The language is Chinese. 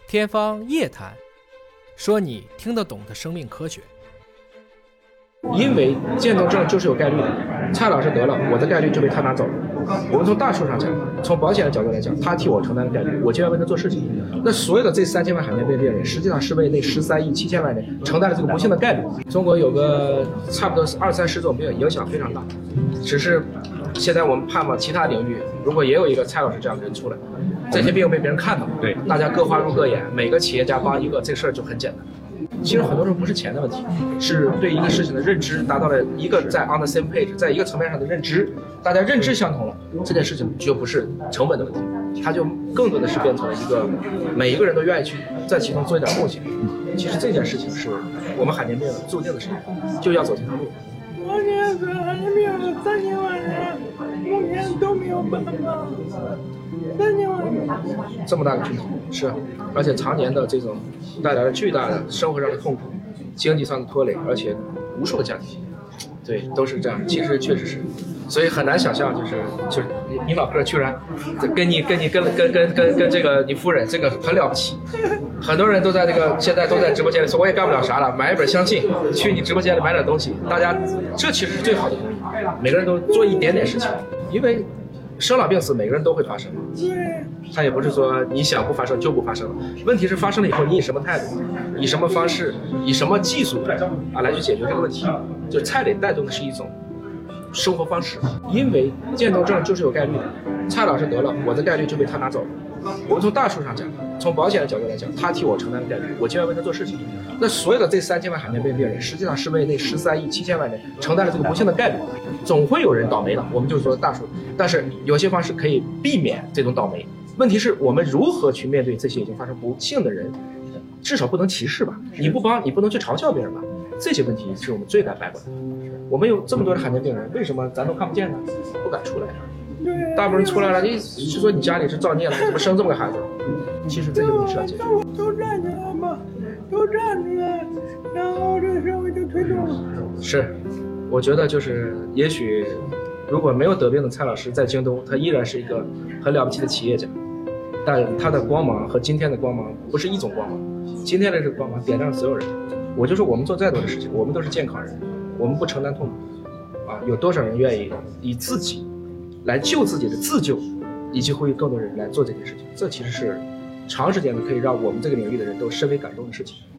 天方夜谭，说你听得懂的生命科学。 因为渐冻症就是有概率的，蔡老师得了，我的概率就被他拿走了。我们从大数上讲，从保险的角度来讲，他替我承担了概率，我就要为他做事情。那所有的这3000万罕见病病人，实际上是为那13亿7千万人承担了这个不幸的概率。中国有个差不多20-30种病，影响非常大。只是现在我们盼望其他领域，如果也有一个蔡老师这样的人出来，这些病被别人看到，对，大家各花入各眼，每个企业家帮一个，这事儿就很简单。其实很多时候不是钱的问题，是对一个事情的认知达到了一个在 on the same page， 在一个层面上的认知，大家认知相同了，这件事情就不是成本的问题，它就更多的是变成了一个每一个人都愿意去在其中做一点贡献。其实这件事情是我们罕见病注定的事情，就要走这条路。 我年是罕见病有3000万人，目前都没有办法。3000万人， 这么大的群体是，而且常年的这种带来了巨大的生活上的痛苦、经济上的拖累，而且无数个家庭，对，都是这样。其实确实是，所以很难想象，就是你老哥居然跟这个你夫人，这个很了不起。很多人都在这个现在都在直播间里说我也干不了啥了，买一本相信，去你直播间里买点东西，大家这其实是最好的公益，每个人都做一点点事情，因为生老病死每个人都会发生，它也不是说你想不发生就不发生了。问题是发生了以后，你以什么态度，以什么方式，以什么技术来去解决这个问题？就蔡磊带动的是一种生活方式，因为渐冻症就是有概率的，蔡老师得了，我的概率就被他拿走了。我们从大数上讲，从保险的角度来讲，他替我承担了概率，我就要为他做事情。那所有的这3000万罕见病病人，实际上是为那13亿7千万人承担了这个不幸的概率。总会有人倒霉的，我们就是说大数，但是有些方式可以避免这种倒霉。问题是我们如何去面对这些已经发生不幸的人，至少不能歧视吧？你不帮，你不能去嘲笑别人吧？这些问题是我们最该摆过来的。我们有这么多的罕见病人，为什么咱都看不见呢？不敢出来。大部分人出来了，你是说你家里是造孽了，怎么生这么个孩子？其实这些问题是要解决的。 都站起来吧，都站起来，然后这个社会就推动了。 是，我觉得就是也许如果没有得病的蔡老师在京东，他依然是一个很了不起的企业家，但他的光芒和今天的光芒不是一种光芒。今天的这个光芒点亮所有人。我就说我们做再多的事情，我们都是健康人，我们不承担痛苦啊！有多少人愿意以自己来救自己的自救，以及呼吁更多人来做这件事情？这其实是长时间的可以让我们这个领域的人都深为感动的事情。